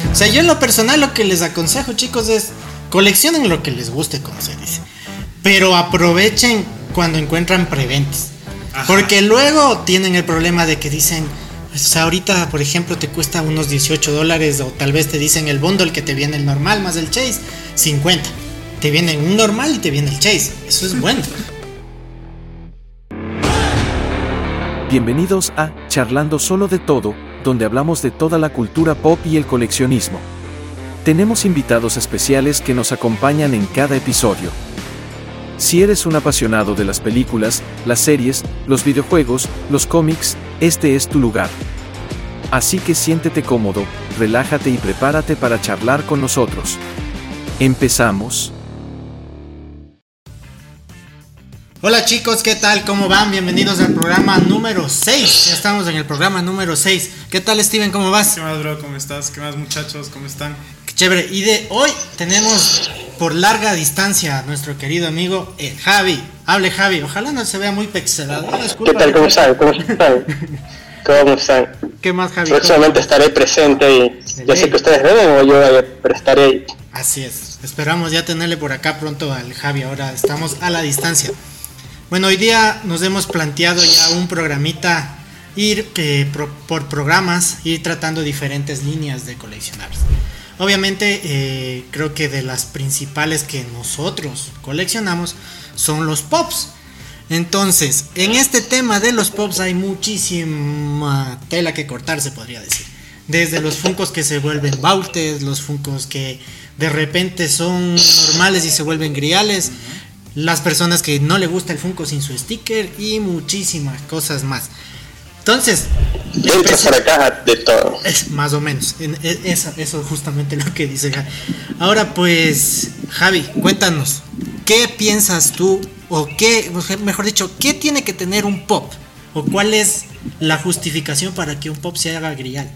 O sea, yo en lo personal lo que les aconsejo, chicos, es coleccionen lo que les guste, como se dice. Pero aprovechen cuando encuentran preventas. Ajá. Porque luego tienen el problema de que dicen, o sea, ahorita, por ejemplo, te cuesta unos $18, o tal vez te dicen el bundle que te viene el normal más el Chase, 50. Te viene un normal y te viene el Chase. Eso es bueno. Bienvenidos a Charlando Solo de Todo, donde hablamos de toda la cultura pop y el coleccionismo. Tenemos invitados especiales que nos acompañan en cada episodio. Si eres un apasionado de las películas, las series, los videojuegos, los cómics, este es tu lugar. Así que siéntete cómodo, relájate y prepárate para charlar con nosotros. Empezamos. Hola chicos, ¿qué tal? ¿Cómo van? Bienvenidos al programa número 6. Ya estamos en el programa número 6. ¿Qué tal, Steven? ¿Cómo vas? ¿Qué más, bro? ¿Cómo estás? ¿Qué más, muchachos? ¿Cómo están? Qué chévere. Y de hoy tenemos por larga distancia a nuestro querido amigo Javi. Hable, Javi. Ojalá no se vea muy pixelado. ¿Qué tal? ¿Cómo están? ¿Cómo están? ¿Qué más, Javi? Próximamente estaré presente y ya sé que ustedes ven o yo estaré ahí. Así es. Esperamos ya tenerle por acá pronto al Javi. Ahora estamos a la distancia. Bueno, hoy día nos hemos planteado ya un programita, por programas, ir tratando diferentes líneas de coleccionar. Obviamente, creo que de las principales que nosotros coleccionamos son los pops. Entonces, en este tema de los pops hay muchísima tela que cortar, se podría decir. Desde los Funkos que se vuelven bautes, los Funkos que de repente son normales y se vuelven griales. Las personas que no le gusta el Funko sin su sticker y muchísimas cosas más. Entonces, dentro para caja de todo. Es más o menos. Eso es justamente lo que dice Javi. Ahora pues, Javi, cuéntanos, ¿qué piensas tú? O qué, mejor dicho, ¿qué tiene que tener un pop? ¿O cuál es la justificación para que un pop se haga grial?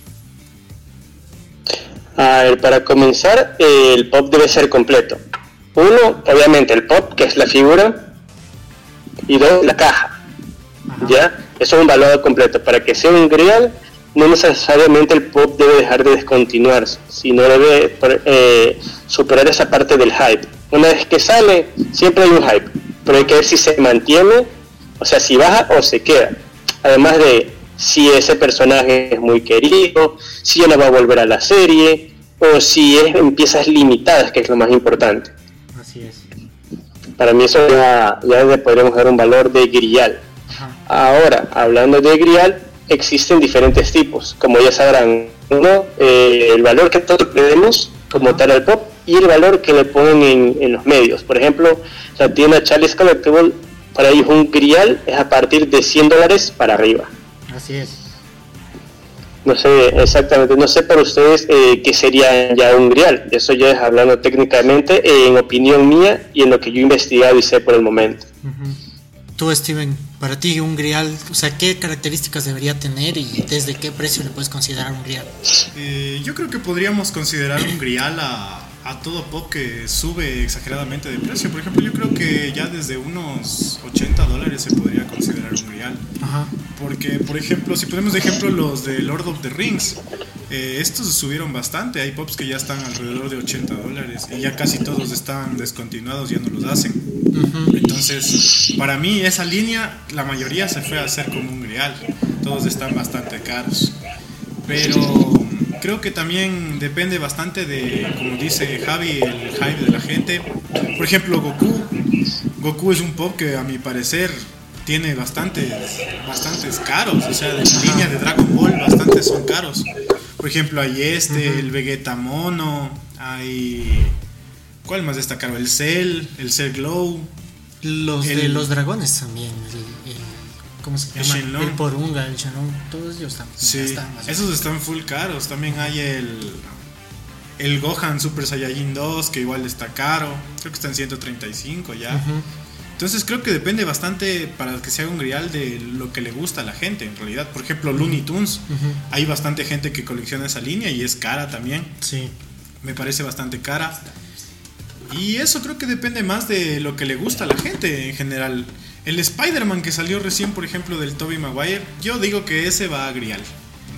A ver, para comenzar, el pop debe ser completo. Uno, obviamente el pop, que es la figura, y dos, la caja. Ajá. ¿Ya? Eso es un valor completo. Para que sea un grial, no necesariamente el pop debe dejar de descontinuarse, sino debe superar esa parte del hype. Una vez que sale, siempre hay un hype, pero hay que ver si se mantiene, o sea, si baja o se queda. Además de si ese personaje es muy querido, si ya no va a volver a la serie, o si es en piezas limitadas, que es lo más importante. Así es. Para mí eso ya le podríamos dar un valor de grial. Ajá. Ahora, hablando de grial, existen diferentes tipos. Como ya sabrán, uno, el valor que nosotros le demos como tal al pop y el valor que le ponen en los medios. Por ejemplo, la tienda Charlie's Collectible, para ellos un grial es a partir de $100 para arriba. Así es. No sé exactamente, no sé para ustedes qué sería ya un grial. Eso ya es hablando técnicamente, en opinión mía y en lo que yo he investigado y sé por el momento. Uh-huh. Tú, Steven, para ti un grial, o sea, ¿qué características debería tener y desde qué precio le puedes considerar un grial? Yo creo que podríamos considerar un grial a todo pop que sube exageradamente de precio. Por ejemplo, yo creo que ya desde unos $80 se podría considerar un grial. Ajá. Porque, por ejemplo, si ponemos de ejemplo los de Lord of the Rings, estos subieron bastante. Hay pops que ya están alrededor de $80 y ya casi todos están descontinuados, ya no los hacen. Uh-huh. Entonces, para mí esa línea, la mayoría se fue a hacer como un grial. Todos están bastante caros. Pero creo que también depende bastante de, como dice Javi, el hype de la gente. Por ejemplo, Goku es un pop que a mi parecer tiene bastantes caros. O sea, de la línea de Dragon Ball, bastantes son caros. Por ejemplo, hay el Vegeta Mono, hay... ¿Cuál más está caro? El Cell Glow. De los dragones también. ¿Cómo se llama? Shenlong. El Porunga, el Shenlong, todos ellos están. Sí, están esos están full caros. También hay el Gohan Super Saiyajin 2, que igual está caro. Creo que está en 135 ya. Uh-huh. Entonces creo que depende bastante para que se haga un grial de lo que le gusta a la gente en realidad. Por ejemplo, Looney Tunes. Uh-huh. Hay bastante gente que colecciona esa línea y es cara también. Sí. Me parece bastante cara. Y eso creo que depende más de lo que le gusta a la gente en general. El Spider-Man que salió recién, por ejemplo, del Tobey Maguire, yo digo que ese va a grial.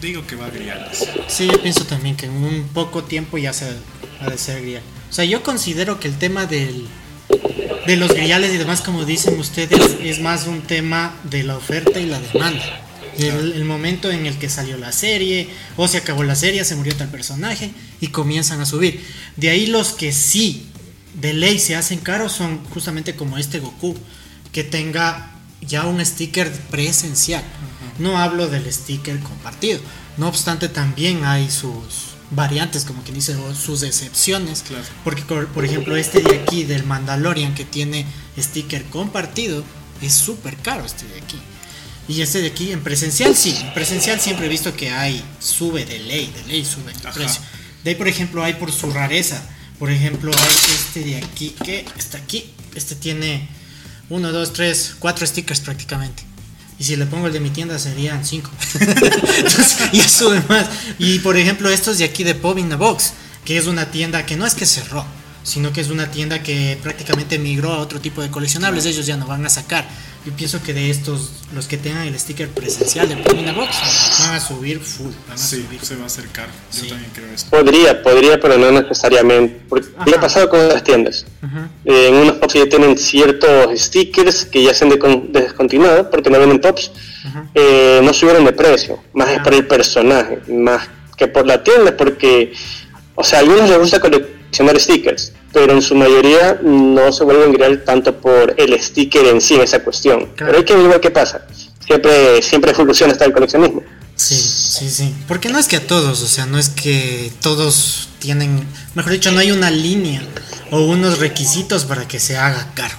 digo que va a griales. Sí, yo pienso también que en un poco tiempo ya se ha de ser grial. O sea, yo considero que el tema de los griales y demás, como dicen ustedes, es más un tema de la oferta y la demanda. El momento en el que salió la serie, o se acabó la serie, se murió tal personaje y comienzan a subir. De ahí los que sí, de ley se hacen caros son justamente como este Goku, que tenga ya un sticker presencial. No hablo del sticker compartido. No obstante, también hay sus variantes, como quien dice, o sus excepciones. Claro. Porque, por ejemplo, este de aquí del Mandalorian, que tiene sticker compartido, es súper caro este de aquí. Y este de aquí en presencial, sí. En presencial siempre he visto que sube de ley sube el precio. De ahí, por ejemplo, hay por su rareza. Por ejemplo, hay este de aquí, que está aquí. Este tiene 1, 2, 3, 4 stickers prácticamente. Y si le pongo el de mi tienda serían 5. Entonces ya sube más. Y por ejemplo estos de aquí de Pop in a Box, que es una tienda que no es que cerró, sino que es una tienda que prácticamente migró a otro tipo de coleccionables. Ellos ya no van a sacar. Yo pienso que de estos, los que tengan el sticker presencial de Pop in a Box, van a subir full. Sí, se va a acercar. Yo Sí. también creo eso. Podría, pero no necesariamente. Porque le ha pasado con otras tiendas. En unos pops ya tienen ciertos stickers que ya se han descontinuado porque no venden pops. No subieron de precio. Más es por el personaje, más que por la tienda, porque, o sea, a algunos les gusta coleccionar stickers, pero en su mayoría no se vuelven viral tanto por el sticker en sí, en esa cuestión. Claro. Pero hay que ver qué pasa. Siempre evoluciona hasta el coleccionismo. Sí. Porque no es que a todos, o sea, no es que todos tienen, mejor dicho, no hay una línea o unos requisitos para que se haga caro.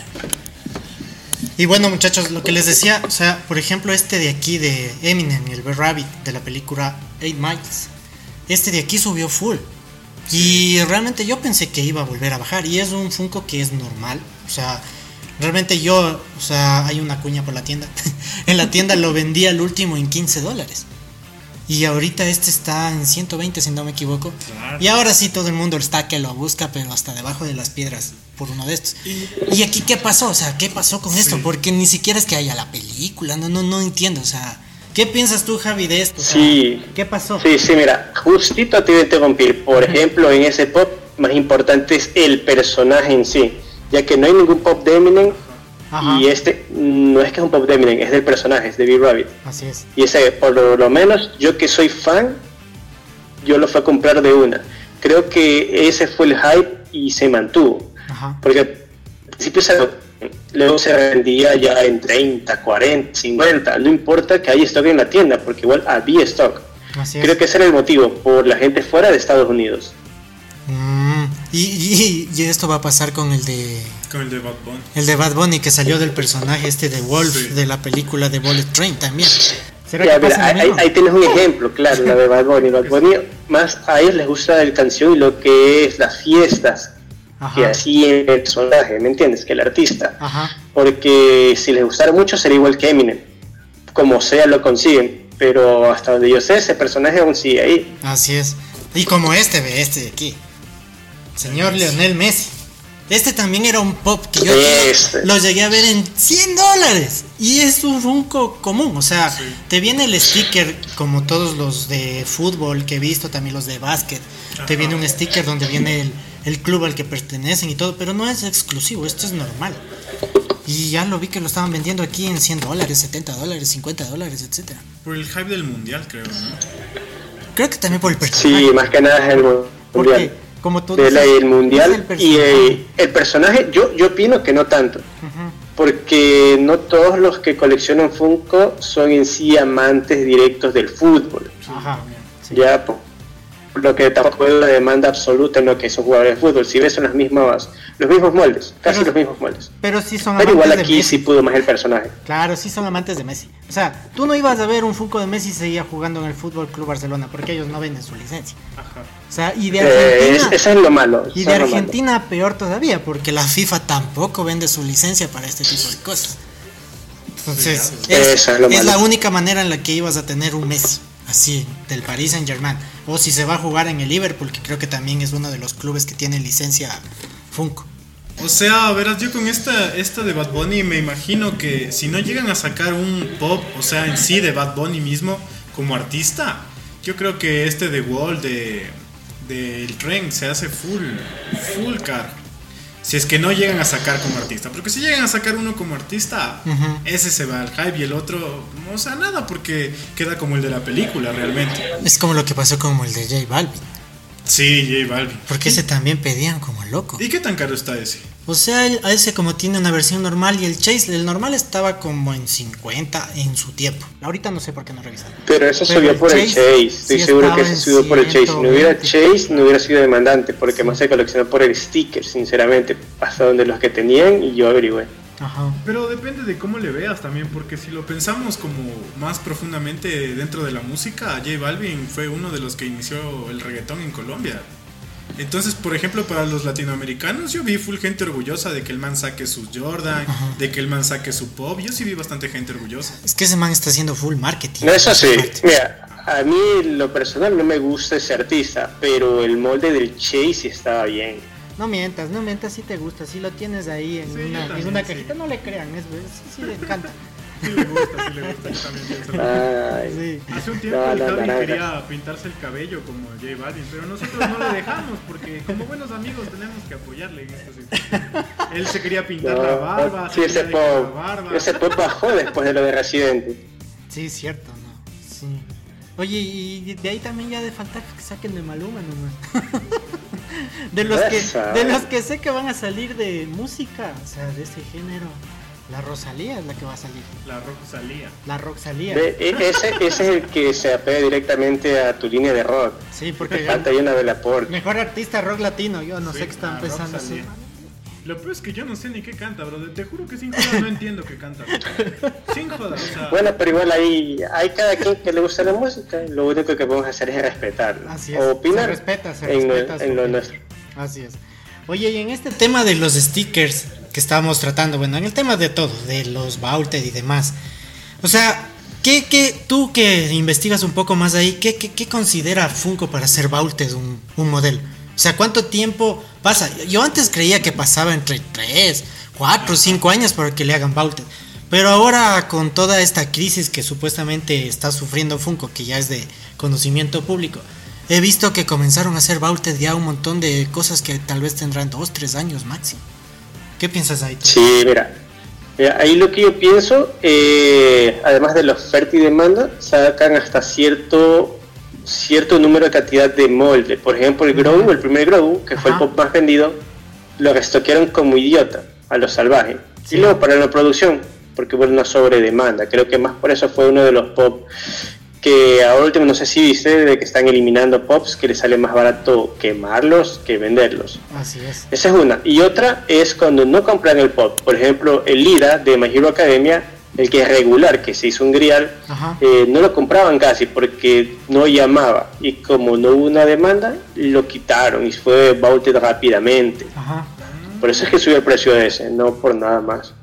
Y bueno, muchachos, lo que les decía, o sea, por ejemplo, este de aquí de Eminem, el Bear Rabbit de la película 8 Miles, este de aquí subió full. Y realmente yo pensé que iba a volver a bajar. Y es un Funko que es normal. O sea, realmente hay una cuña por la tienda. En la tienda lo vendía el último en $15. Y ahorita este está en 120, si no me equivoco. Claro. Y ahora sí todo el mundo está que lo busca, pero hasta debajo de las piedras por uno de estos. ¿Y aquí qué pasó? O sea, ¿qué pasó con esto? Porque ni siquiera es que haya la película. No entiendo. O sea, ¿qué piensas tú, Javi, de esto? O sea, Sí. ¿qué pasó? Sí, mira, justito te iba a interrumpir. Por ejemplo, en ese pop, más importante es el personaje en sí, ya que no hay ningún pop de Eminem. Ajá. Y este no es que es un pop de Eminem, es del personaje, es de Bear Rabbit. Así es. Y ese, por lo menos, yo que soy fan, yo lo fui a comprar de una. Creo que ese fue el hype y se mantuvo. Ajá. Porque al principio luego se vendía ya en 30, 40, 50. No importa que haya stock en la tienda, porque igual había stock. Así es. Creo que ese era el motivo, por la gente fuera de Estados Unidos. Y esto va a pasar con el de Bad Bunny. Bad Bunny, que salió del personaje este de Wolf, Sí. de la película de Bullet Train también. ¿Será Ya, que mira, pasa lo mismo? ahí tienes un ejemplo, claro, la de Bad Bunny. Bad Bunny, más a ellos les gusta la canción y lo que es las fiestas que Ajá. hacía el personaje, ¿me entiendes? Que el artista. Ajá. Porque si les gustara mucho sería igual que Eminem. Como sea lo consiguen. Pero hasta donde yo sé, ese personaje aún sigue ahí. Así es. Y como este de aquí. Señor Lionel Messi. Este también era un pop que yo lo llegué a ver en $100. Y es un Funko común. O sea, Sí. te viene el sticker como todos los de fútbol que he visto, también los de básquet. Te viene un sticker donde viene el club al que pertenecen y todo, pero no es exclusivo, esto es normal. Y ya lo vi que lo estaban vendiendo aquí en $100, $70, $50, etcétera. Por el hype del mundial, creo, ¿no? Creo que también por el personaje. Sí, más que nada es el mundial. Porque, como tú De dices, el es mundial el y personaje. el personaje, yo opino que no tanto. Ujú. Porque no todos los que coleccionan Funko son en sí amantes directos del fútbol. Ajá. Sí. Ya, por lo que tampoco hay una demanda absoluta en lo que son jugadores de fútbol. Si ves, son los mismos moldes, casi Pero- los mismos moldes. Pero sí son Pero amantes igual de aquí Messi. sí pudo más el personaje. Claro, sí son amantes de Messi. O sea, tú no ibas a ver un Funko de Messi y seguía jugando en el Fútbol Club Barcelona, porque ellos no venden su licencia. Ajá. O sea, y de Argentina, Eso es lo malo. y eso de es lo malo. Argentina peor todavía, porque la FIFA tampoco vende su licencia para este tipo de cosas. Entonces, Sí, eso es lo malo. la única manera en la que ibas a tener un Messi, así, del Paris Saint-Germain. O si se va a jugar en el Liverpool, que creo que también es uno de los clubes que tiene licencia Funko. O sea, verás, yo con esta de Bad Bunny me imagino que si no llegan a sacar un pop, o sea, en sí de Bad Bunny mismo, como artista, yo creo que este The Wall del tren se hace full caro. Si es que no llegan a sacar como artista. Porque si llegan a sacar uno como artista, ese se va al hype y el otro, o sea, nada, porque queda como el de la película realmente. Es como lo que pasó como el de J Balvin. Sí, J Balvin. Porque ese también pedían como loco. ¿Y qué tan caro está ese? O sea, a ese como tiene una versión normal y el Chase, el normal estaba como en 50 en su tiempo. Ahorita no sé por qué no revisaron. Pero eso subió por el Chase. Estoy seguro que ese subió por el Chase. Si no hubiera Chase, no hubiera sido demandante, porque más se coleccionó por el sticker, sinceramente. Hasta donde los que tenían y yo averigüé. Ajá. Pero depende de cómo le veas también, porque si lo pensamos como más profundamente dentro de la música, J Balvin fue uno de los que inició el reggaetón en Colombia. Entonces, por ejemplo, para los latinoamericanos, yo vi full gente orgullosa de que el man saque su Jordan, de que el man saque su pop. Yo sí vi bastante gente orgullosa. Es que ese man está haciendo full marketing. No, eso sí. Mira, a mí lo personal no me gusta ese artista, pero el molde del Chase sí estaba bien. No mientas, si te gusta, si lo tienes ahí en una cajita, no le crean, sí le encanta. Sí le gusta, yo también pienso. Sí. Hace un tiempo el Javi quería pintarse el cabello como J Balvin, pero nosotros no le dejamos porque como buenos amigos tenemos que apoyarle en esta situación. Él se quería pintar la barba. Sí, ese pop bajó después de lo de Residente. Sí, cierto, ¿no? Sí. Oye, y de ahí también ya de faltar que saquen de Maluma nomás. de los que sé que van a salir de música, o sea, de ese género. La Rosalía es la que va a salir. La Rosalía. Ese es el que se apega directamente a tu línea de rock. Sí, porque falta ahí una Bella Porte. Mejor artista rock latino. Yo no sé qué están pensando así. Lo peor es que yo no sé ni qué canta, bro. Te juro que sin joda no entiendo qué canta. Sin joda, o sea. Bueno, pero igual ahí hay cada quien que le gusta la música. Lo único que podemos hacer es respetarlo. Así es. O opinar se respeta en lo nuestro. Así es. Oye, y en este tema de los stickers que estábamos tratando, bueno, en el tema de todo, de los Vaulted y demás, o sea, tú que investigas un poco más ahí, ¿qué considera Funko para hacer Vaulted un modelo? O sea, ¿cuánto tiempo pasa? Yo antes creía que pasaba entre 3, 4, 5 años para que le hagan Vaulted, pero ahora con toda esta crisis que supuestamente está sufriendo Funko, que ya es de conocimiento público, he visto que comenzaron a hacer Vaulted ya un montón de cosas que tal vez tendrán 2, 3 años máximo. ¿Qué piensas ahí tú? Sí, mira, ahí lo que yo pienso, además de la oferta y demanda, sacan hasta cierto número de cantidad de molde. Por ejemplo, el Grogu, el primer Grogu, que fue el pop más vendido, lo restoquearon como idiota, a lo salvaje. Sí. Y luego para la producción, porque hubo una sobredemanda. Creo que más por eso fue uno de los pop que ahora último, no sé si viste, de que están eliminando pops, que les sale más barato quemarlos que venderlos. Así es. Esa es una. Y otra es cuando no compran el pop. Por ejemplo, el Lida de My Hero Academia, el que es regular, que se hizo un grial, no lo compraban casi porque no llamaba. Y como no hubo una demanda, lo quitaron y fue Vaulted rápidamente. Ajá. Por eso es que subió el precio de ese, no por nada más.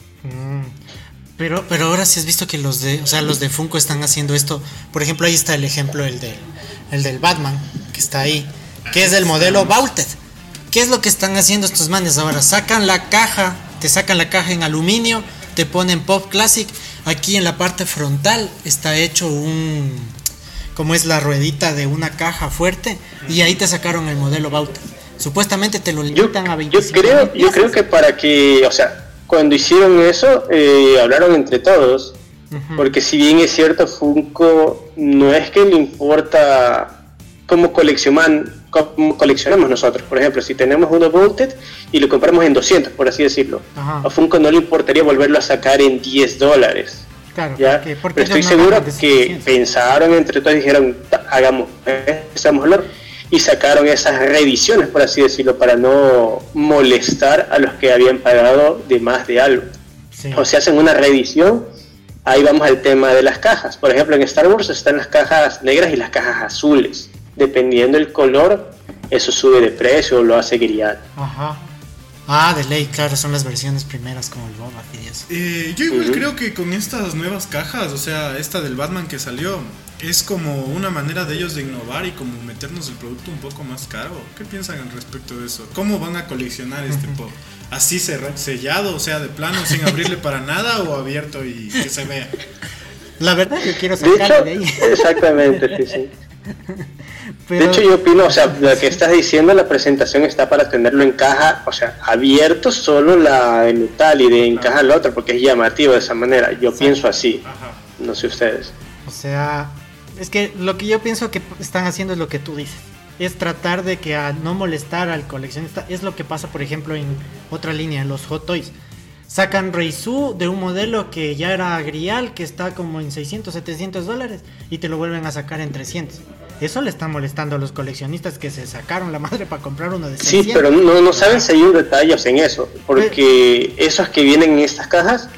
Pero ahora sí has visto que los de Funko están haciendo esto. Por ejemplo, ahí está el ejemplo, el del Batman, que está ahí, que es el modelo Vaulted. ¿Qué es lo que están haciendo estos manes ahora? Sacan la caja, te sacan la caja en aluminio, te ponen Pop Classic. Aquí en la parte frontal está hecho como es la ruedita de una caja fuerte, y ahí te sacaron el modelo Vaulted. Supuestamente te lo limitan a 25. Yo creo que para que, o sea, cuando hicieron eso, hablaron entre todos, porque si bien es cierto, Funko no es que le importa cómo coleccionamos nosotros. Por ejemplo, si tenemos uno Vaulted y lo compramos en 200, por así decirlo, a Funko no le importaría volverlo a sacar en $10. Claro, ¿ya? Pero estoy seguro que pensaron entre todos y dijeron, hagamos, hagámoslo. Y sacaron esas reediciones, por así decirlo, para no molestar a los que habían pagado de más de algo. Sí. O sea, hacen una reedición. Ahí vamos al tema de las cajas. Por ejemplo, en Star Wars están las cajas negras y las cajas azules. Dependiendo del color, eso sube de precio o lo hace grial. Ajá. De ley, claro, son las versiones primeras como el Boba y eso. Yo igual creo que con estas nuevas cajas, o sea, esta del Batman que salió, es como una manera de ellos de innovar y como meternos el producto un poco más caro. ¿Qué piensan al respecto de eso? ¿Cómo van a coleccionar este pop? ¿Así sellado, o sea, de plano, sin abrirle para nada, o abierto y que se vea? La verdad yo quiero De hecho, sacarlo de ahí. exactamente, sí, sí. Pero, De hecho, yo opino, o sea, lo que estás diciendo, la presentación está para tenerlo en caja, o sea, abierto solo la de metal y de en caja la otra, porque es llamativo de esa manera. Yo pienso así, no sé ustedes. o sea, es que lo que yo pienso que están haciendo es lo que tú dices. Es tratar de que a no molestar al coleccionista. Es lo que pasa, por ejemplo, en otra línea, en los Hot Toys. Sacan Reisu de un modelo que ya era grial, que está como en 600, 700 dólares, y te lo vuelven a sacar en 300. Eso le está molestando a los coleccionistas que se sacaron la madre para comprar uno de 600. Sí, pero no saben si hay un detalle en eso, porque esos que vienen en estas cajas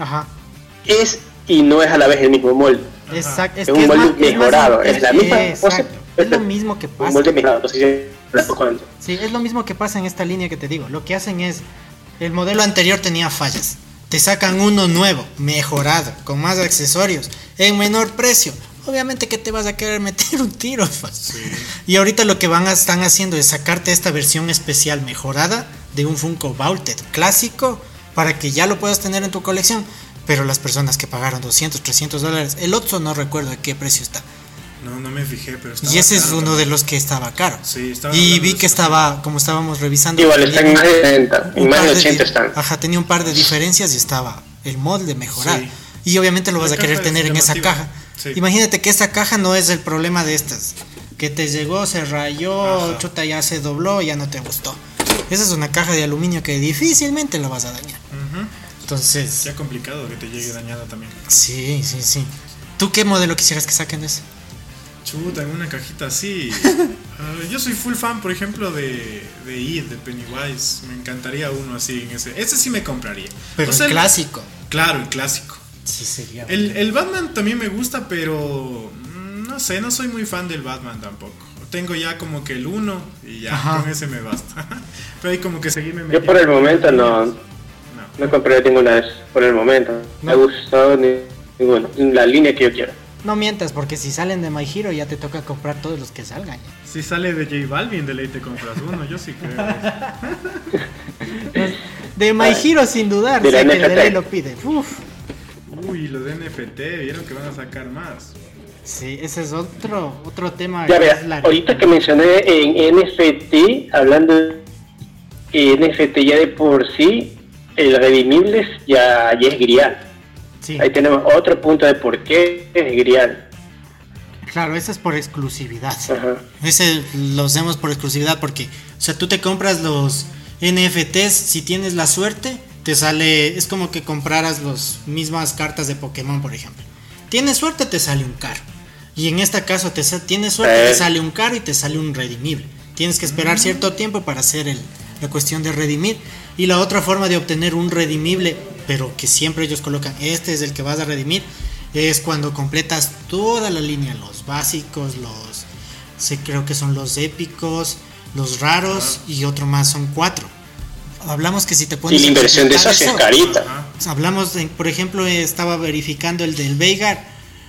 es y no es a la vez el mismo molde. Exacto, es un molde mejorado, es la misma cosa. Es lo mismo que pasa. Un molde mejorado, no sé sí, es lo mismo que pasa en esta línea que te digo. Lo que hacen es, el modelo anterior tenía fallas, te sacan uno nuevo, mejorado, con más accesorios, en menor precio. Obviamente que te vas a querer meter un tiro. Sí. Y ahorita lo que están haciendo es sacarte esta versión especial mejorada de un Funko Vaulted clásico para que ya lo puedas tener en tu colección. Pero las personas que pagaron 200, 300 dólares, el otro no recuerdo de qué precio está. No me fijé, pero estaba y ese caro, es uno de los que estaba caro. Sí, estaba y vi que estaba, como estábamos revisando, igual está en más de 70, en más de 80 están. Ajá, tenía un par de diferencias y estaba el molde mejorado. Sí. Y obviamente lo vas a querer tener en esa caja. Sí. Imagínate que esa caja no es el problema de estas. Que te llegó, se rayó, chuta, ya se dobló, ya no te gustó. Esa es una caja de aluminio que difícilmente la vas a dañar. Entonces... ya complicado que te llegue dañada también. Sí. ¿Tú qué modelo quisieras que saquen de eso? Chuta, en una cajita así. Yo soy full fan, por ejemplo, de It, de Pennywise. Me encantaría uno así en ese. Ese sí me compraría. Pero el clásico. Claro, el clásico. Sí, sería. El Batman también me gusta, pero no sé, no soy muy fan del Batman tampoco. Tengo ya como que el 1 y ya, con ese me basta. Pero hay como que seguirme metiendo. Yo por el momento no compré ninguna de esas. Por el momento. No me ha gustado ninguna. La línea que yo quiero. No mientas, porque si salen de My Hero ya te toca comprar todos los que salgan. Si sale de J Balvin, de ley te compras uno, yo sí creo. De My Hero sin dudar, de sé que de ley lo pide. Uy, los de NFT, vieron que van a sacar más. Sí, ese es otro tema. Ya veas, ahorita que mencioné en NFT, hablando de NFT ya de por sí, el redimibles ya es grial. Sí. Ahí tenemos otro punto de por qué es grial. Claro, ese es por exclusividad. Ese lo hacemos por exclusividad porque, o sea, tú te compras los NFTs, si tienes la suerte, te sale, es como que compraras las mismas cartas de Pokémon, por ejemplo. Tienes suerte, te sale un caro. Y en este caso, tienes suerte, te sale un caro y te sale un redimible. Tienes que esperar cierto tiempo para hacer la cuestión de redimir. Y la otra forma de obtener un redimible, pero que siempre ellos colocan, este es el que vas a redimir, es cuando completas toda la línea, los básicos, creo que son los épicos, los raros y otro más, son 4. Hablamos que si te pones... Y la inversión de esas es carita. Hablamos, por ejemplo, estaba verificando el del Veigar,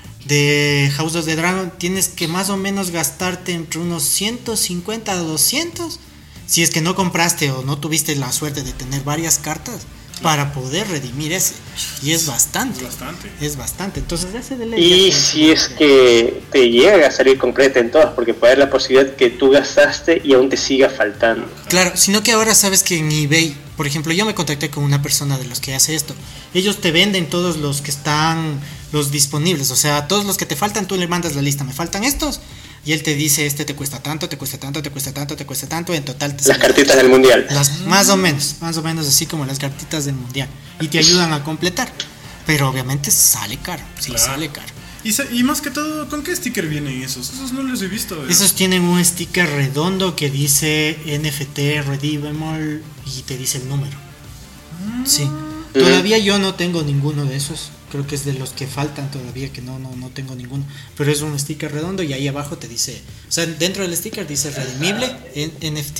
de House of the Dragon, tienes que más o menos gastarte entre unos 150 a 200 si es que no compraste o no tuviste la suerte de tener varias cartas para poder redimir ese. Y es bastante. Es bastante. Entonces ese de ley. Y si es que te llega a salir completa en todas, porque puede haber la posibilidad que tú gastaste y aún te siga faltando. Claro, sino que ahora sabes que en eBay, por ejemplo, yo me contacté con una persona de los que hace esto. Ellos te venden todos los que están, los disponibles. O sea, todos los que te faltan, tú le mandas la lista. Me faltan estos. Y él te dice, este te cuesta tanto, te cuesta tanto, te cuesta tanto, te cuesta tanto, en total te las cartitas del mundial. Más o menos así como las cartitas del mundial. Y te ayudan a completar. Pero obviamente sale caro, sí, claro. Sale caro. Y más que todo, ¿con qué sticker vienen esos? Esos no los he visto. Esos tienen un sticker redondo que dice NFT Redeemable y te dice el número. Sí. Todavía yo no tengo ninguno de esos. Creo que es de los que faltan todavía, que no tengo ninguno. Pero es un sticker redondo y ahí abajo te dice... O sea, dentro del sticker dice redimible en NFT.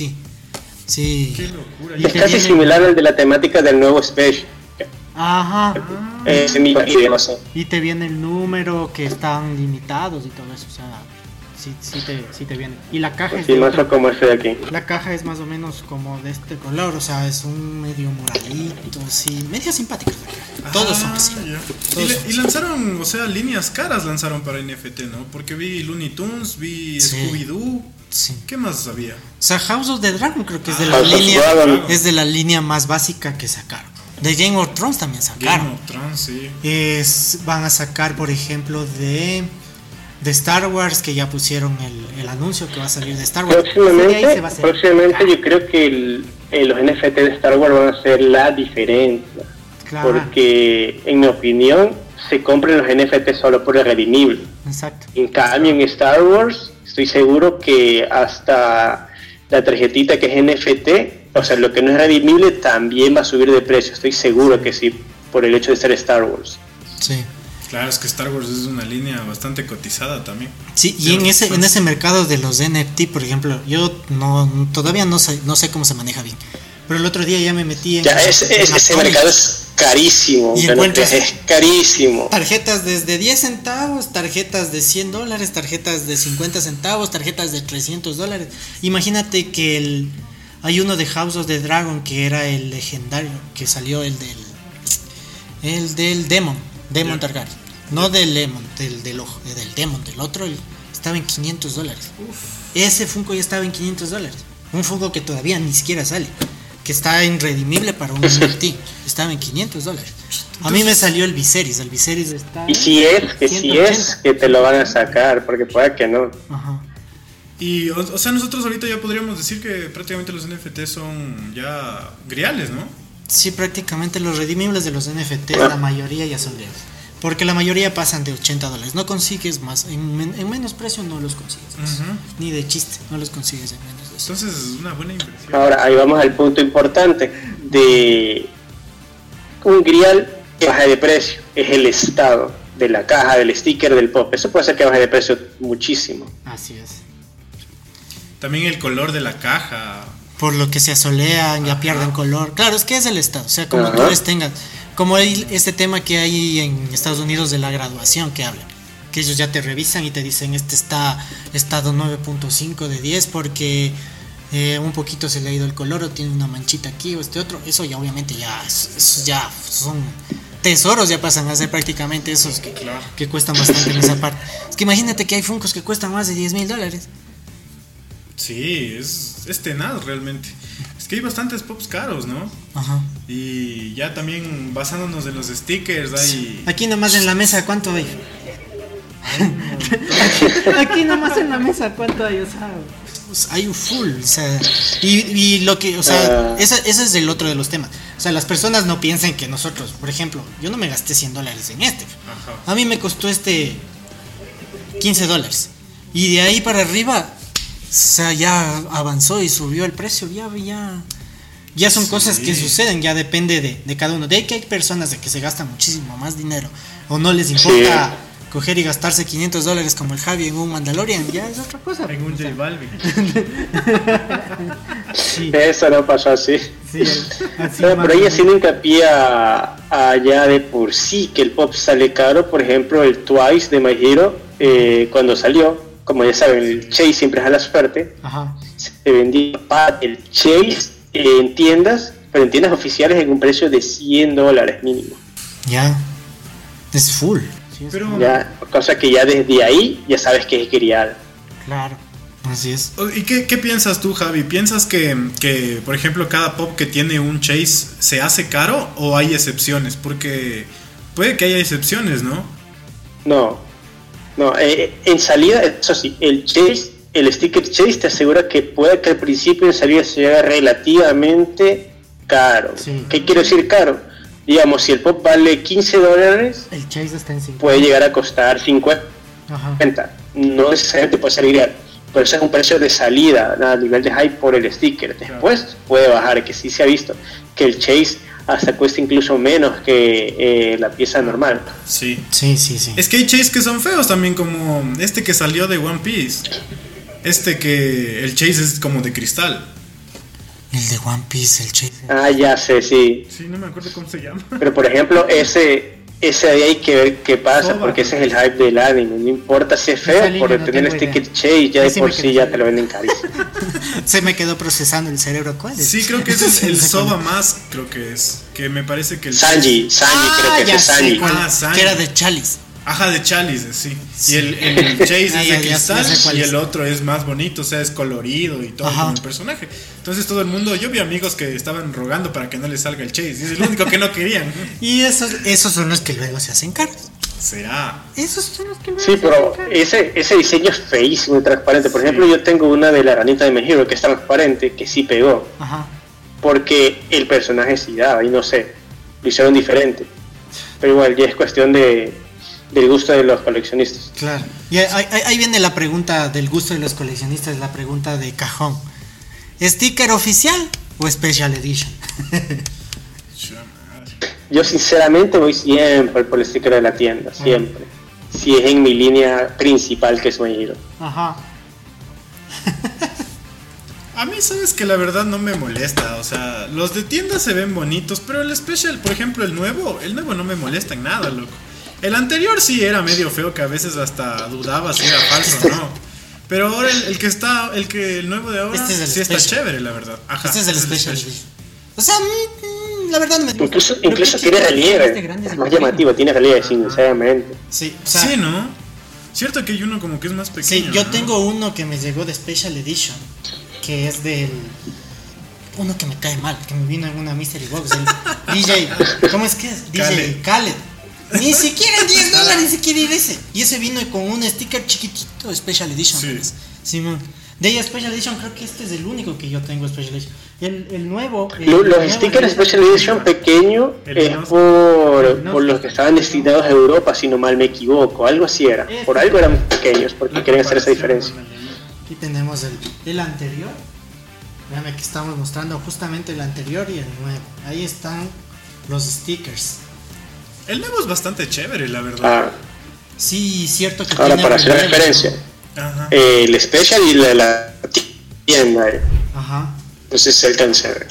Sí. Qué locura. Es casi similar al de la temática del nuevo Special. Ajá. No sé. Y te viene el número, que están limitados y todo eso. O sea, sí te viene. Y la caja es Sí, más o como ese de aquí. la caja es más o menos como de este color, o sea, es un medio moradito, sí, medio simpático la caja. Todos son así. Ya. Todos Y lanzaron, o sea, líneas caras lanzaron para NFT, ¿no? Porque vi Looney Tunes, vi Sí. Scooby-Doo. Sí. ¿Qué más había? O sea, House of the Dragon creo que es de la House of línea, Dragon. es de la línea más básica que sacaron. De Game of Thrones también Game sacaron. of Thrones, sí. Van a sacar, por ejemplo, de Star Wars, que ya pusieron el anuncio que va a salir de Star Wars. De ahí se va a hacer. Próximamente yo creo que los NFT de Star Wars van a ser la diferencia. Claro. Porque, en mi opinión, se compran los NFT solo por el redimible. Exacto. En cambio, en Star Wars, estoy seguro que hasta la tarjetita que es NFT, o sea, lo que no es redimible, también va a subir de precio. Estoy seguro que sí, por el hecho de ser Star Wars. Sí. Claro, es que Star Wars es una línea bastante cotizada también. Sí, y en ese mercado de los NFT, por ejemplo, yo todavía no sé cómo se maneja bien. Pero el otro día ya me metí en... Ya, ese mercado es carísimo. Y bueno, encuentras es carísimo. tarjetas desde 10 centavos, tarjetas de $100, tarjetas de 50 centavos, tarjetas de $300. Imagínate que hay uno de House of the Dragon que era el legendario, que salió el del Demon Targaryen. No del Lemon, del Demon, del otro, estaba en $500. Ese Funko ya estaba en $500. Un Funko que todavía ni siquiera sale, que está irredimible para un NFT. Estaba en $500. A mí me salió el Viserys está... Y si es, que te lo van a sacar, porque puede que no. Ajá. Y, o sea, nosotros ahorita ya podríamos decir que prácticamente los NFT son ya griales, ¿no? Sí, prácticamente los redimibles de los NFTs, la mayoría ya son reales. Porque la mayoría pasan de $80. No consigues más, en menos precio no los consigues. Ujú. Ni de chiste, no los consigues en menos de eso. Entonces es una buena inversión. Ahora, ahí vamos al punto importante de un grial que baja de precio. Es el estado de la caja, del sticker, del pop. Eso puede hacer que baje de precio muchísimo. Así es. También el color de la caja. Por lo que se asolean, ya pierden color. Claro, es que es el estado. O sea, como tú les tengas. Como este tema que hay en Estados Unidos de la graduación que hablan. Que ellos ya te revisan y te dicen, este está estado 9.5 de 10 porque un poquito se le ha ido el color o tiene una manchita aquí o este otro. Eso ya obviamente eso ya son tesoros, ya pasan a ser prácticamente esos que cuestan bastante en esa parte. Es que imagínate que hay Funkos que cuestan más de $10,000. Sí, es tenaz realmente. Es que hay bastantes pops caros, ¿no? Ajá. Y ya también basándonos en los stickers, hay... Aquí nomás en la mesa, ¿cuánto hay? Aquí nomás en la mesa, ¿cuánto hay? O sea, pues hay un full, o sea, y lo que, o sea, ese es el otro de los temas. O sea, las personas no piensen que nosotros, por ejemplo, yo no me gasté $100 en este. Ajá. A mí me costó $15. Y de ahí para arriba, o sea, ya avanzó y subió el precio, ya son cosas que suceden, ya depende de cada uno. De ahí que hay personas de que se gastan muchísimo más dinero o no les importa coger y gastarse $500 como el Javi en un Mandalorian, ya es otra cosa. En un J Balvin. Sí, Eso no pasó así. sí, así Pero más por o ahí menos. haciendo hincapié a ya de por sí que el pop sale caro. Por ejemplo, el Twice de My Hero, cuando salió, como ya saben, el Chase siempre es a la suerte. Ajá. Se vendía el Chase en tiendas, pero en tiendas oficiales en un precio de $100 mínimo. Ya. Es full. Sí, es Pero- full. Ya, cosa que ya desde ahí ya sabes que es grial. Claro. Así es. ¿Y qué piensas tú, Javi? ¿Piensas que, por ejemplo, cada pop que tiene un chase se hace caro o hay excepciones? Porque puede que haya excepciones, ¿no? No, en salida, eso sí, el sticker Chase te asegura que puede que al principio en salida se haga relativamente caro. Sí. ¿Qué quiero decir caro? Digamos, si el pop vale $15, El Chase está en 50. puede llegar a costar 50. Ajá. No necesariamente puede ser grial, pero ese es un precio de salida a nivel de hype por el sticker. Después puede bajar, que sí se ha visto que el Chase hasta cuesta incluso menos que la pieza normal. Sí. Sí, sí, sí. Es que hay chase que son feos también, como este que salió de One Piece. Que el chase es como de cristal. El de One Piece, el Chase. Ah, ya sé, sí. Sí, no me acuerdo cómo se llama. Pero por ejemplo, ese ese de ahí hay que ver qué pasa, porque ese es el hype del anime. No importa si es feo, por tener el sticker Chase, ya de por sí ya te lo venden carísimo. Se me quedó procesando el cerebro. ¿Cuál es? Sí, creo que ese es el Soba más, creo que es. Que me parece que el Sanji, creo que es Sanji. Sanji. Que era de Chalice. Ajá, de Chalice, sí. Y el Chase es de cristal y el otro es más bonito, o sea, es colorido y todo como el personaje. Entonces todo el mundo, yo vi amigos que estaban rogando para que no les salga el Chase, y es el único que no querían. Y esos son los que luego se hacen caros. ¿Será? Esos son los que luego sí, pero ese diseño es feísimo y transparente. Por ejemplo, yo tengo una de la ranita de Mejiro que es transparente, que sí pegó. Ajá. Porque el personaje sí daba, y no sé, lo hicieron diferente. Pero igual, ya es cuestión del gusto de los coleccionistas. Claro. Y ahí viene la pregunta del gusto de los coleccionistas, la pregunta de cajón. ¿Sticker oficial o Special Edition? Yo sinceramente voy siempre por el sticker de la tienda, siempre. Si es en mi línea principal, que es Mejiro. Ajá. A mí, sabes que la verdad no me molesta, o sea, los de tienda se ven bonitos, pero el Special, por ejemplo, el nuevo no me molesta en nada, loco. El anterior sí era medio feo, que a veces hasta dudaba si era falso o no. Pero ahora el nuevo de ahora sí está chévere, la verdad. Ajá, este es el Special. O sea, la verdad no me gusta. Incluso tiene relieve, es más llamativo, tiene relieve, sinceramente. Sí, o sea, sí, ¿no? Cierto que hay uno como que es más pequeño. Sí, yo tengo uno que me llegó de Special Edition, que es uno que me cae mal, que me vino en una Mystery Box, el DJ, ¿cómo es que es? DJ Khaled. Ni siquiera $10, ni siquiera ir ese. Y ese vino con un sticker chiquitito, Special Edition. Sí. Simón. De ella Special Edition, creo que este es el único que yo tengo Special Edition. El nuevo. Los stickers Special Edition pequeño es por los que estaban destinados a Europa, si no mal me equivoco. Algo así era. Por algo eran pequeños, porque quieren hacer esa diferencia. Aquí tenemos el anterior. Véanme que estamos mostrando justamente el anterior y el nuevo. Ahí están los stickers. El nuevo es bastante chévere, la verdad. Sí, cierto que ahora, para hacer referencia, el Special y la tienda. Ajá. Entonces el cáncer.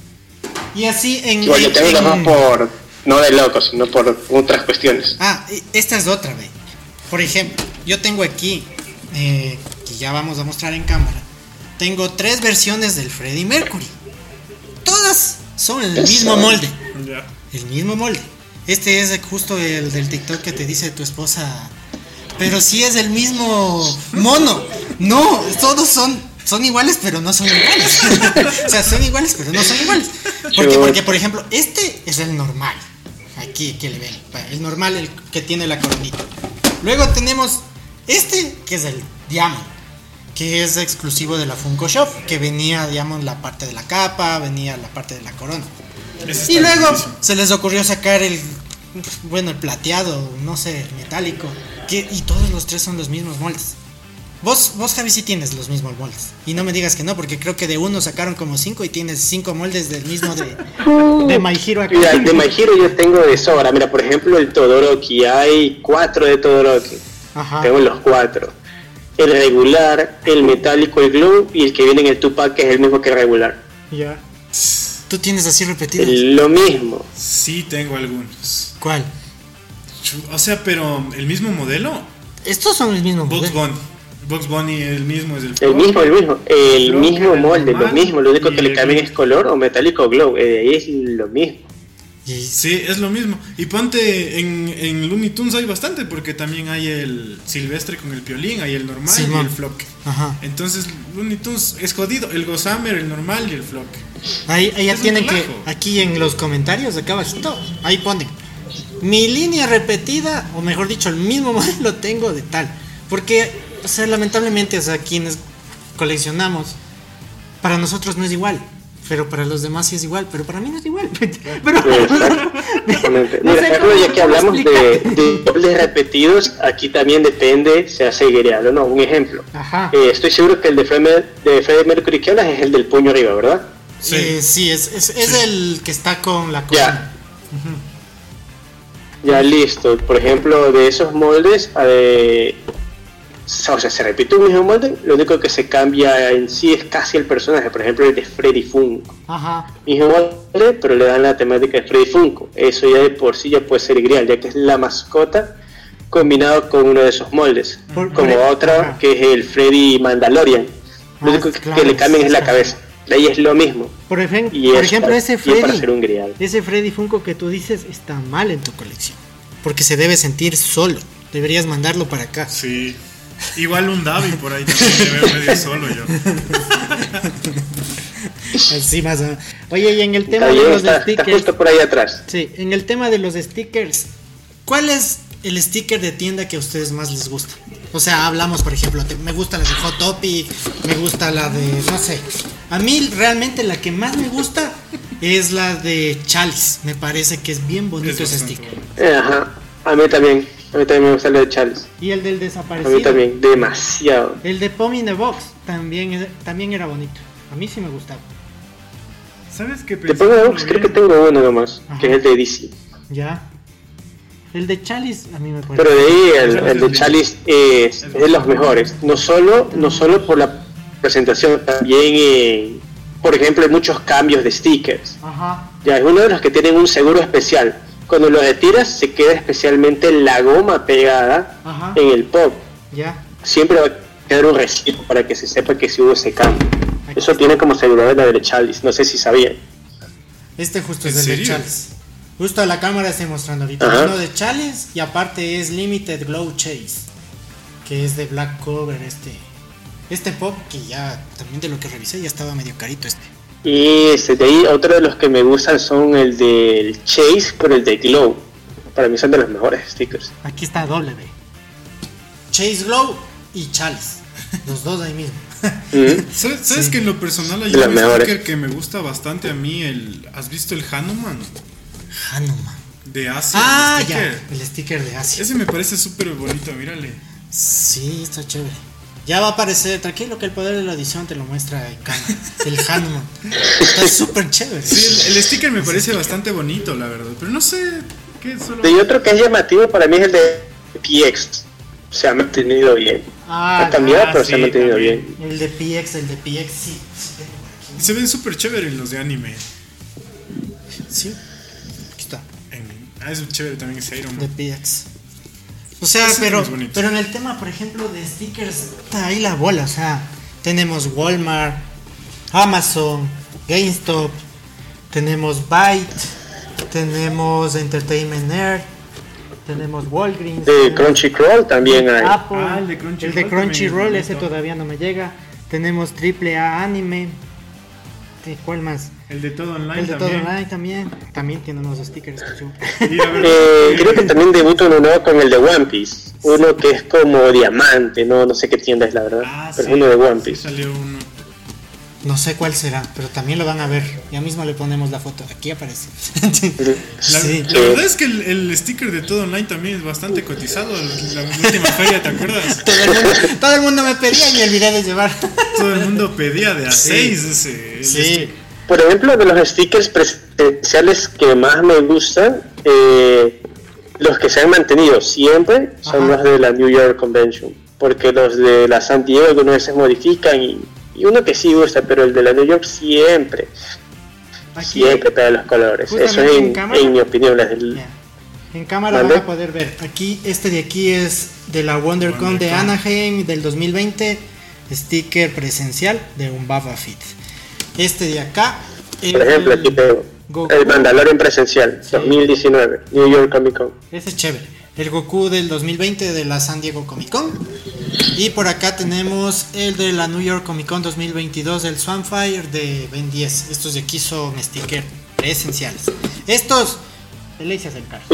Y así en. Igual yo tengo los dos por. No de locos, sino por otras cuestiones. Esta es otra, ve. Por ejemplo, yo tengo aquí, que ya vamos a mostrar en cámara. Tengo 3 versiones del Freddie Mercury. Todas son el mismo molde. El mismo molde. Este es justo el del TikTok que te dice tu esposa. Pero sí es el mismo mono. No, todos son iguales, pero no son iguales. O sea, son iguales, pero no son iguales. Porque, por ejemplo, este es el normal. Aquí que le ven. El normal, el que tiene la coronita. Luego tenemos este, que es el Diamond, que es exclusivo de la Funko Shop. Que venía, digamos, la parte de la capa, venía la parte de la corona. Y luego se les ocurrió sacar el plateado, no sé, metálico, y todos los 3 son los mismos moldes. Vos Javi, sí tienes los mismos moldes. Y no me digas que no, porque creo que de uno sacaron como 5 y tienes 5 moldes del mismo de My Hero Academia. Mira, de My Hero yo tengo de sobra. Mira, por ejemplo, el Todoroki. Hay 4 de Todoroki. Ajá. Tengo los 4. El regular, el metálico, el glow, y el que viene en el Tupac, que es el mismo que el regular. Ya. ¿Tú tienes así repetidos? Lo mismo. Sí, tengo algunos. ¿Cuál? O sea, pero ¿el mismo modelo? Estos son el mismo modelo. Bugs Bunny el mismo es el mismo molde, lo mismo. Lo único que le cambian es color o metálico o glow. Es lo mismo. Sí, es lo mismo. Y ponte en Looney Tunes hay bastante, porque también hay el silvestre con el piolín, hay el normal y el flock. Ajá. Entonces Looney Tunes es jodido, el Gossamer, el normal y el flock. Ahí ya tienen que, aquí en los comentarios acá abajito, ahí ponen mi línea repetida, o mejor dicho, el mismo modelo tengo de tal. Porque, o sea, lamentablemente, o sea, quienes coleccionamos, para nosotros no es igual. Pero para los demás sí es igual, pero para mí no es igual. Pero, exactamente. Mira, ya que hablamos de dobles repetidos, aquí también depende, se hace guerreado o no. Un ejemplo. Estoy seguro que el de Freddie Mercury que hablas es el del puño arriba, ¿verdad? Sí, sí, es el que está con la corona. Ya listo. Por ejemplo, de esos moldes, o sea, se repite un mismo molde, lo único que se cambia en sí es casi el personaje, por ejemplo el de Freddy Funko. Ajá. Mismo molde, pero le dan la temática de Freddy Funko. Eso ya de por sí ya puede ser grial, ya que es la mascota combinado con uno de esos moldes. Como otra que es el Freddy Mandalorian. Lo único que le cambian es la cabeza. De ahí es lo mismo. Por ejemplo, ese Freddy Funko que tú dices está mal en tu colección. Porque se debe sentir solo. Deberías mandarlo para acá. Sí. Igual un Davi por ahí también me veo medio solo yo. Así más o menos. Oye, y en el tema de los stickers. Está justo por ahí atrás. Sí, en el tema de los stickers, ¿cuál es el sticker de tienda que a ustedes más les gusta? O sea, hablamos, por ejemplo, me gusta la de Hot Topic, me gusta la de, no sé. A mí realmente la que más me gusta es la de Chalice. Me parece que es bien bonito ese sticker. Ajá, a mí también me gusta la de Chalice. Y el del desaparecido. A mí también, demasiado. El de Pommy in the Box también era bonito. A mí sí me gustaba. ¿Sabes qué? De Pommy in the Box creo que tengo uno nomás, que es el de DC. Ya. El de Chalice a mí me parece. Pero de ahí el de Chalice es de los mejores. No solo por la presentación, también por ejemplo hay muchos cambios de stickers. Ajá. Ya es uno de los que tienen un seguro especial. Cuando lo retiras se queda especialmente la goma pegada. Ajá. En el pop. Ya. Siempre va a quedar un recibo para que se sepa que sí hubo ese cambio. Eso tiene como seguridad la de Chalice. No sé si sabían. Este justo es el de Chalice. Justo a la cámara estoy mostrando ahorita uno de Chalice y aparte es Limited Glow Chase, que es de Black Cover este pop, que ya también de lo que revisé ya estaba medio carito este. Y de ahí otro de los que me gustan son el del Chase por el de Glow. Para mí son de los mejores stickers. Aquí está W. Chase Glow y Chalice. Los dos ahí mismo. ¿Sabes que en lo personal hay un sticker que me gusta bastante a mí? ¿Has visto el Hanuman? Hanuman. De Asia. Ah, ya. El sticker de Asia. Ese me parece súper bonito, mírale. Sí, está chévere. Ya va a aparecer, tranquilo que el poder de la edición te lo muestra en cámara. El Hanuman. Está súper chévere. Sí, el sticker me parece bastante bonito, la verdad. Pero no sé qué solo. Y otro que es llamativo para mí es el de PX. Se ha mantenido bien. Ha cambiado, pero se ha mantenido bien. El de PX sí. Se ven súper chéveres los de anime. Sí. Aquí está. Es chévere también ese Iron Man. De PX. O sea, pero en el tema, por ejemplo, de stickers, está ahí la bola. O sea, tenemos Walmart, Amazon, GameStop, tenemos Byte, tenemos Entertainment Nerd, tenemos Walgreens. De Crunchyroll también hay. Apple, el de Crunchyroll, ese todavía no me llega. Tenemos AAA Anime. ¿Cuál más? El de Todo Online. El de Todo Online también. También tiene unos stickers. Creo que también debutó uno nuevo con el de One Piece. Uno que es como diamante, no sé qué tienda es la verdad. Pero es uno de One Piece. Salió uno. No sé cuál será, pero también lo van a ver. Ya mismo le ponemos la foto. Aquí aparece. La verdad es que el sticker de Todo Online también es bastante cotizado. La última feria, ¿te acuerdas? Todo el mundo me pedía y me olvidé de llevar. Todo el mundo pedía de A6 ese. Sí. Por ejemplo, de los stickers presenciales que más me gustan, los que se han mantenido siempre son los de la New York Convention. Porque los de la San Diego algunas veces modifican y uno que sí gusta, pero el de la New York siempre pega los colores. Eso es en mi opinión. En cámara van a poder ver. Aquí, este de aquí es de la WonderCon de Anaheim del 2020. Sticker presencial de un Boba Fett. Este de acá. Por ejemplo, aquí tengo el Mandalorian presencial, 2019, New York Comic Con. Ese es chévere. El Goku del 2020 de la San Diego Comic Con. Y por acá tenemos el de la New York Comic Con 2022, el Swampfire de Ben 10. Estos de aquí son stickers presenciales. Estos, de ley se hacen caros.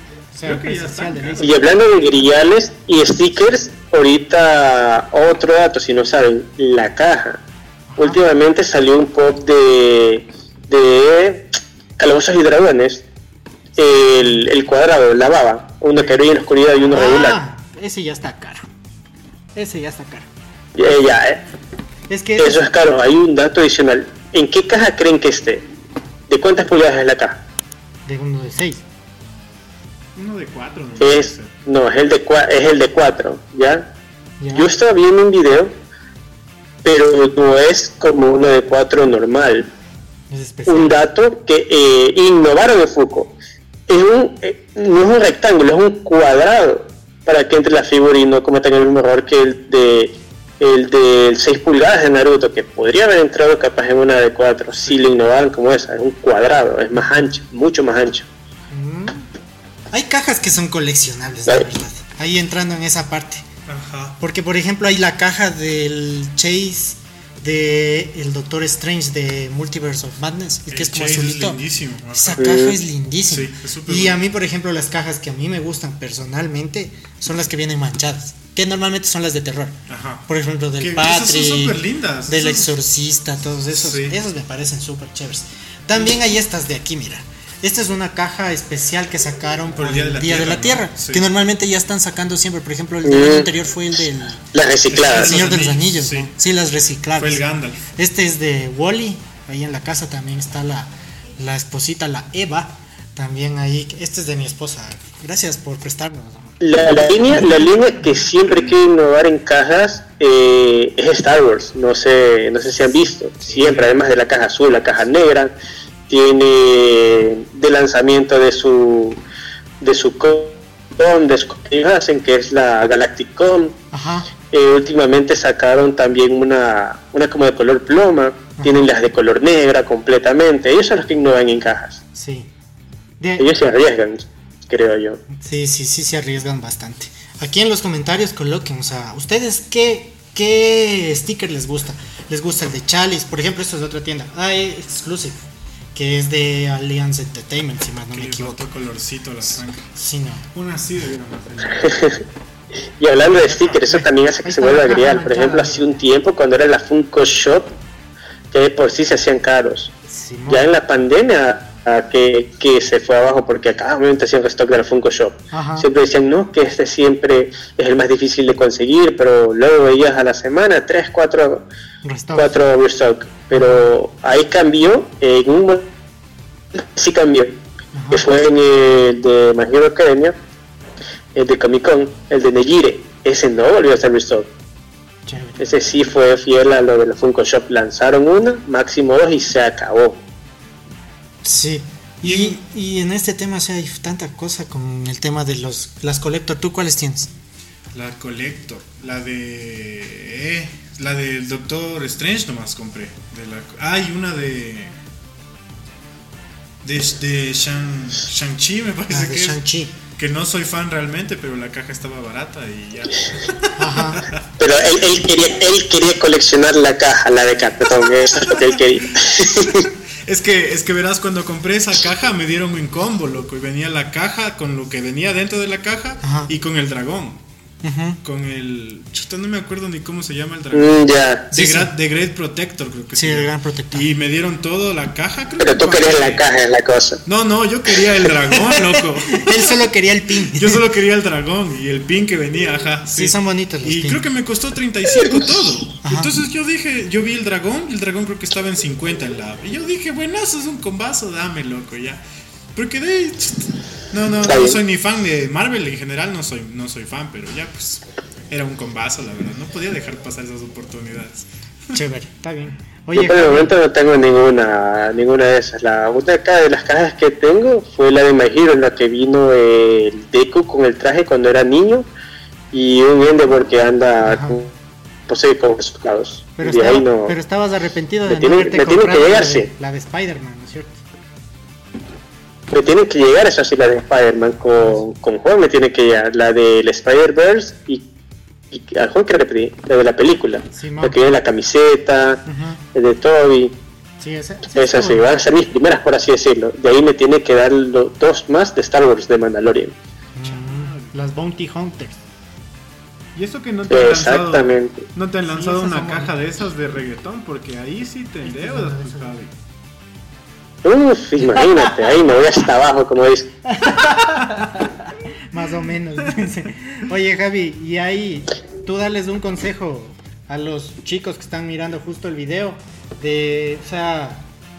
Y hablando de grillales y stickers, ahorita otro dato, si no saben, la caja. Últimamente salió un pop de Calabozos y Dragones, el cuadrado, la baba, uno que brilla en la oscuridad y uno regular. Ese ya está caro. Es que eso es caro. Hay un dato adicional. ¿En qué caja creen que esté? ¿De cuántas pulgadas es la caja? De uno de 6. Uno de 4. Es el de 4, ¿ya? Ya. Yo estaba viendo un video, pero no es como una de 4 normal. Es especial. Un dato que innovaron en Funko. No es un rectángulo, es un cuadrado para que entre la figura y no cometan el mismo error que el del 6 pulgadas de Naruto, que podría haber entrado capaz en una de 4 si lo innovaran como esa. Es un cuadrado, es más ancho, mucho más ancho. Hay cajas que son coleccionables, la verdad. Ahí entrando en esa parte. Ajá. Porque, por ejemplo, hay la caja del Chase de el Doctor Strange de Multiverse of Madness, el que es como Chase azulito. es lindísimo. Ajá. Esa caja es lindísima. Sí, es súper y bueno. a mí, por ejemplo, las cajas que a mí me gustan personalmente son las que vienen manchadas, que normalmente son las de terror. Ajá. Por ejemplo, del Que esas son Patrick, súper lindas. del Esas- Exorcista, todos esos. Sí. Esos me parecen súper chéveres. También hay estas de aquí, mira. Esta es una caja especial que sacaron por el Día de la Tierra, ¿no? Sí. que normalmente ya están sacando siempre. Por ejemplo, el del año anterior fue el del Las recicladas. El Señor de los Anillos, Anillos, sí. ¿no? Sí, las recicladas. Fue el Gandalf. Este es de Wally. Ahí en la casa también está la esposita, la Eva. También ahí. Este es de mi esposa. Gracias por prestarnos. La línea que siempre quiere innovar en cajas es Star Wars. No sé si han visto. Siempre, además de la caja azul, la caja negra. Tiene de lanzamiento de su con de su que hacen, que es la Galactic Con. Ajá. Últimamente sacaron también una como de color ploma. Tienen las de color negra completamente. Ellos son los que innovan en cajas. Sí. Ellos se arriesgan, creo yo. Sí, se arriesgan bastante. Aquí en los comentarios coloquen, o sea, ¿ustedes qué sticker les gusta? ¿Les gusta el de Chalice? Por ejemplo, esto es de otra tienda. Exclusive, que es de Alliance Entertainment, si más no Que me le equivoco. faltó colorcito a la sangre. Sí, no. Una así debieron hacer. Y hablando de stickers, eso también hace que se vuelva grial. Por ejemplo, hace un tiempo, cuando era la Funko Shop, que de por sí se hacían caros. Sí, Ya en la pandemia, que se fue abajo, porque a cada momento hacían restock de la Funko Shop. Ajá. Siempre decían, no, que este siempre es el más difícil de conseguir, pero luego veías a la semana 3, 4 Restock. restock. Pero ahí cambió, en un momento sí cambió, Ajá. que fue en el de My Hero Academia, el de Comic Con, el de Negire. Ese no volvió a ser restock. Chévere. Ese sí fue fiel a lo de la Funko Shop. Lanzaron una, máximo 2 y se acabó. Sí. Y en este tema, o sea, hay tanta cosa con el tema de las Collector. ¿Tú cuáles tienes? La Collector, la del Doctor Strange nomás compré. Hay una de Shang-Chi, me parece De que es. Shang-Chi. Que no soy fan realmente, pero la caja estaba barata y ya. Ajá. Pero él quería coleccionar la caja, la de cartón, eso es lo que él quería. Es que verás, cuando compré esa caja me dieron un combo, loco, y venía la caja con lo que venía dentro de la caja. Ajá. Y con el dragón. Ujú. Con el... Chuta, no me acuerdo ni cómo se llama el dragón. Ya. The Great Protector, creo que Sí, se el llama. Gran Protector. Y me dieron todo, la caja, creo Pero que tú querías pagué. la caja, es la cosa. No, yo quería el dragón, loco. Él solo quería el pin. Yo solo quería el dragón y el pin que venía, ajá. Sí, son bonitos los Y pin. creo que me costó 35 todo. Ajá. Entonces yo vi el dragón, y el dragón creo que estaba en 50 en la... Y yo dije, buenazo, es un combazo, dame, loco, ya. Porque de ahí... No soy ni fan de Marvel en general, no soy fan, pero ya pues... Era un combazo, la verdad. No podía dejar pasar esas oportunidades. Chévere, está bien. Yo Oye, por el Javi, momento no tengo ninguna de esas. La una de las cajas que tengo fue la de My Hero, en la que vino el Deku con el traje cuando era niño y un Endeavor que anda Ajá. posee con sus lados. pero, Y de ahí no. pero estabas arrepentido de Me tiene- no haberte me tiene que comprado llegar, la de, sí. la de Spider-Man, ¿no es cierto? Me tiene que llegar esa sí, la de Spider-Man con Juan me tiene que llegar. La del Spider-Verse y al Juan que repetí, la de la película. Sí, la que viene la camiseta, Ajá. el de Toby. Sí, esa Esas sí, está van a ser mis primeras, por así decirlo. De ahí me tiene que dar dos más de Star Wars de Mandalorian. Las Bounty Hunters. Y eso que no te han lanzado, Exactamente. no te han lanzado esas una son caja bonitas. de esas de reggaetón, porque ahí sí te Estas endeudas, son pues, esas. Javi. Uf, imagínate, ahí me voy hasta abajo, como dice. Más o menos. Oye, Javi, y ahí tú darles un consejo a los chicos que están mirando justo el video de, o sea,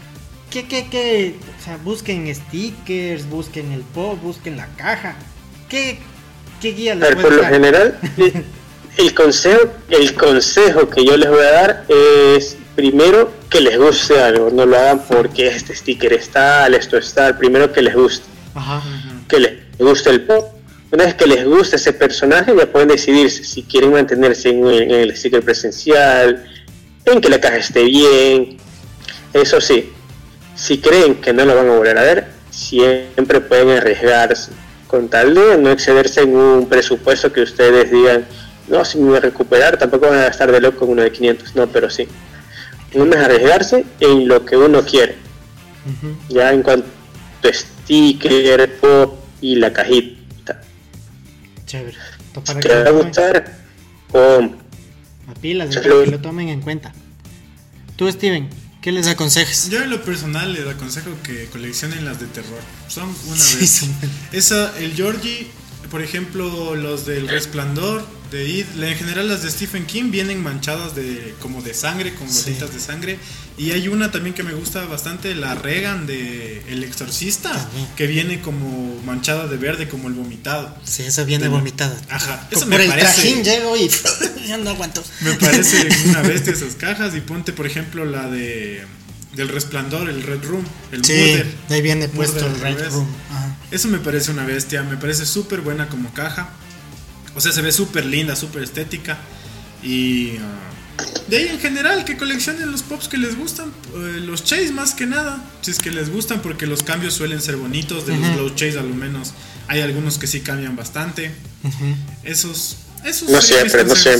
o sea, busquen stickers, busquen el pop, busquen la caja. ¿Qué guía A les ver, por puedes lo dar? general, el consejo que yo les voy a dar es, primero, que les guste algo, no lo hagan porque este sticker es tal, esto es tal, primero que les guste. Ajá. Que les guste el pop. Una vez que les guste ese personaje, ya pueden decidirse si quieren mantenerse en el sticker presencial, en que la caja esté bien. Eso sí, si creen que no lo van a volver a ver, siempre pueden arriesgarse, con tal de no excederse en un presupuesto que ustedes digan, no, si me voy a recuperar, tampoco van a gastar de loco en uno de 500, no, pero sí. Uno es arriesgarse en lo que uno quiere. Ya en cuanto a sticker, pop y la cajita. Chévere. Si te va a gustar, compra. A pilas, para que lo tomen en cuenta. Tú, Steven, ¿qué les aconsejas? Yo en lo personal les aconsejo que coleccionen las de terror. Son una vez. El Georgie, por ejemplo, los del Resplandor, de It, en general las de Stephen King vienen manchadas como de sangre, con gotitas de sangre. Y hay una también que me gusta bastante, la Regan de El Exorcista, que viene como manchada de verde, como el vomitado. Sí, esa viene vomitada. Ajá, eso por me el parece. trajín llego y ya no aguanto. Me parece una bestia esas cajas. Y ponte, por ejemplo, la del Resplandor, el Red Room, el Murder. De ahí viene puesto el Red Room. Ajá. Eso me parece una bestia, me parece súper buena como caja. O sea, se ve súper linda, súper estética. Y de ahí en general, que coleccionen los pops que les gustan. Los chase más que nada, si es que les gustan, porque los cambios suelen ser bonitos. De los glow chase a lo menos hay algunos que sí cambian bastante. Esos no siempre.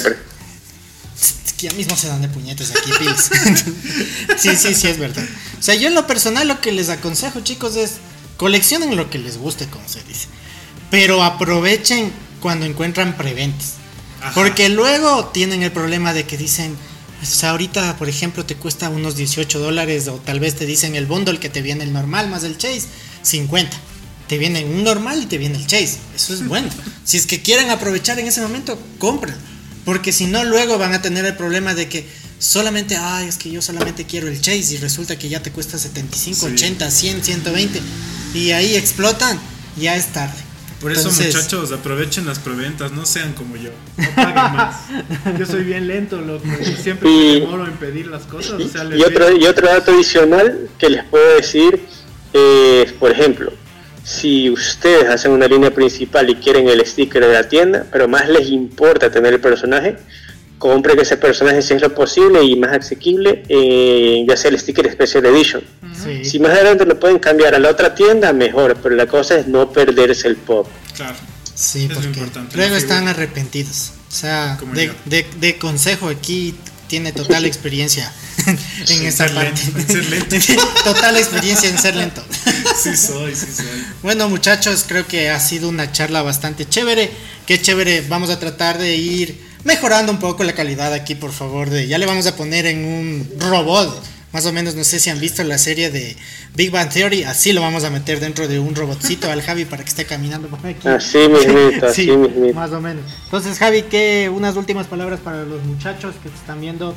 Es que ya mismo se dan de puñetes aquí, Pils. Sí, es verdad. O sea, yo en lo personal lo que les aconsejo, chicos, es coleccionen lo que les guste, como se dice. Pero aprovechen cuando encuentran preventas. Ajá. Porque luego tienen el problema de que dicen, o sea, ahorita, por ejemplo, te cuesta unos $18, o tal vez te dicen el bundle que te viene el normal más el chase, 50. Te viene un normal y te viene el chase. Eso es bueno. Si es que quieren aprovechar en ese momento, compren. Porque si no, luego van a tener el problema de que solamente, es que yo solamente quiero el chase y resulta que ya te cuesta 75, 80, 100, 120 y ahí explotan, ya es tarde. Por eso, muchachos, aprovechen las preventas, no sean como yo, no paguen más. Yo soy bien lento, loco, siempre me demoro en pedir las cosas. O sea, y otro dato adicional que les puedo decir es, por ejemplo, si ustedes hacen una línea principal y quieren el sticker de la tienda, pero más les importa tener el personaje, compren ese personaje si es lo posible y más asequible, ya sea el sticker Special Edition. Sí. Si más adelante lo pueden cambiar a la otra tienda, mejor, pero la cosa es no perderse el pop. Claro. Sí, porque luego están arrepentidos. O sea, de consejo aquí tiene total experiencia en esa parte. En ser lento. Total experiencia en ser lento. Sí soy. Bueno, muchachos, creo que ha sido una charla bastante chévere. Qué chévere, vamos a tratar de ir mejorando un poco la calidad aquí, por favor. Ya le vamos a poner en un robot, más o menos, no sé si han visto la serie de Big Bang Theory, así lo vamos a meter dentro de un robotcito al Javi para que esté caminando por aquí. Así mismito, sí, más o menos. Entonces, Javi, unas últimas palabras para los muchachos que te están viendo.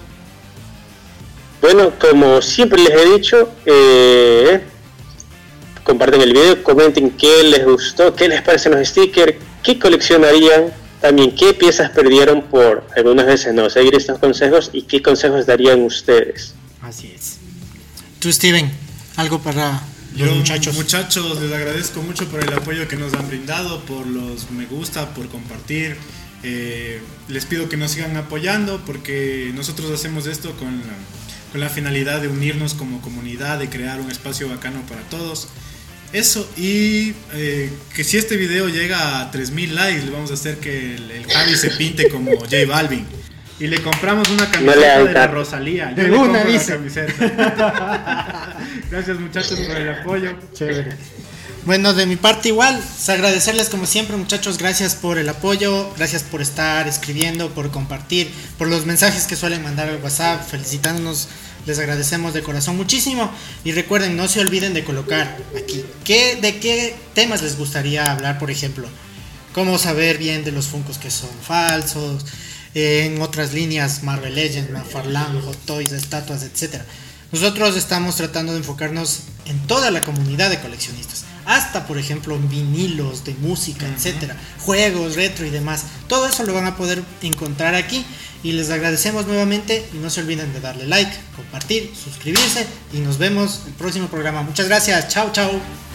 Bueno, como siempre les he dicho, comparten el video, comenten qué les gustó, qué les parecen los stickers, qué coleccionarían, también qué piezas perdieron por algunas veces no seguir estos consejos y qué consejos darían ustedes. Así es. Tú, Steven, algo para los muchachos. Muchachos, les agradezco mucho por el apoyo que nos han brindado, por los me gusta, por compartir. Les pido que nos sigan apoyando porque nosotros hacemos esto con la finalidad de unirnos como comunidad, de crear un espacio bacano para todos. Eso, y que si este video llega a 3000 likes, le vamos a hacer que el Javi se pinte como J Balvin. Y le compramos una camiseta de la Rosalía. Yo le compro la camiseta. Gracias, muchachos, por el apoyo. Chévere. Bueno, de mi parte igual, agradecerles como siempre, muchachos, gracias por el apoyo, gracias por estar escribiendo, por compartir, por los mensajes que suelen mandar al WhatsApp, felicitándonos, les agradecemos de corazón muchísimo. Y recuerden, no se olviden de colocar aquí de qué temas les gustaría hablar, por ejemplo, cómo saber bien de los Funkos que son falsos, en otras líneas, Marvel Legends, McFarlane, Hot Toys, estatuas, etc. Nosotros estamos tratando de enfocarnos en toda la comunidad de coleccionistas. hasta por ejemplo vinilos de música, etcétera, juegos retro y demás. Todo eso lo van a poder encontrar aquí y les agradecemos nuevamente y no se olviden de darle like, compartir, suscribirse y nos vemos en el próximo programa. Muchas gracias, chao.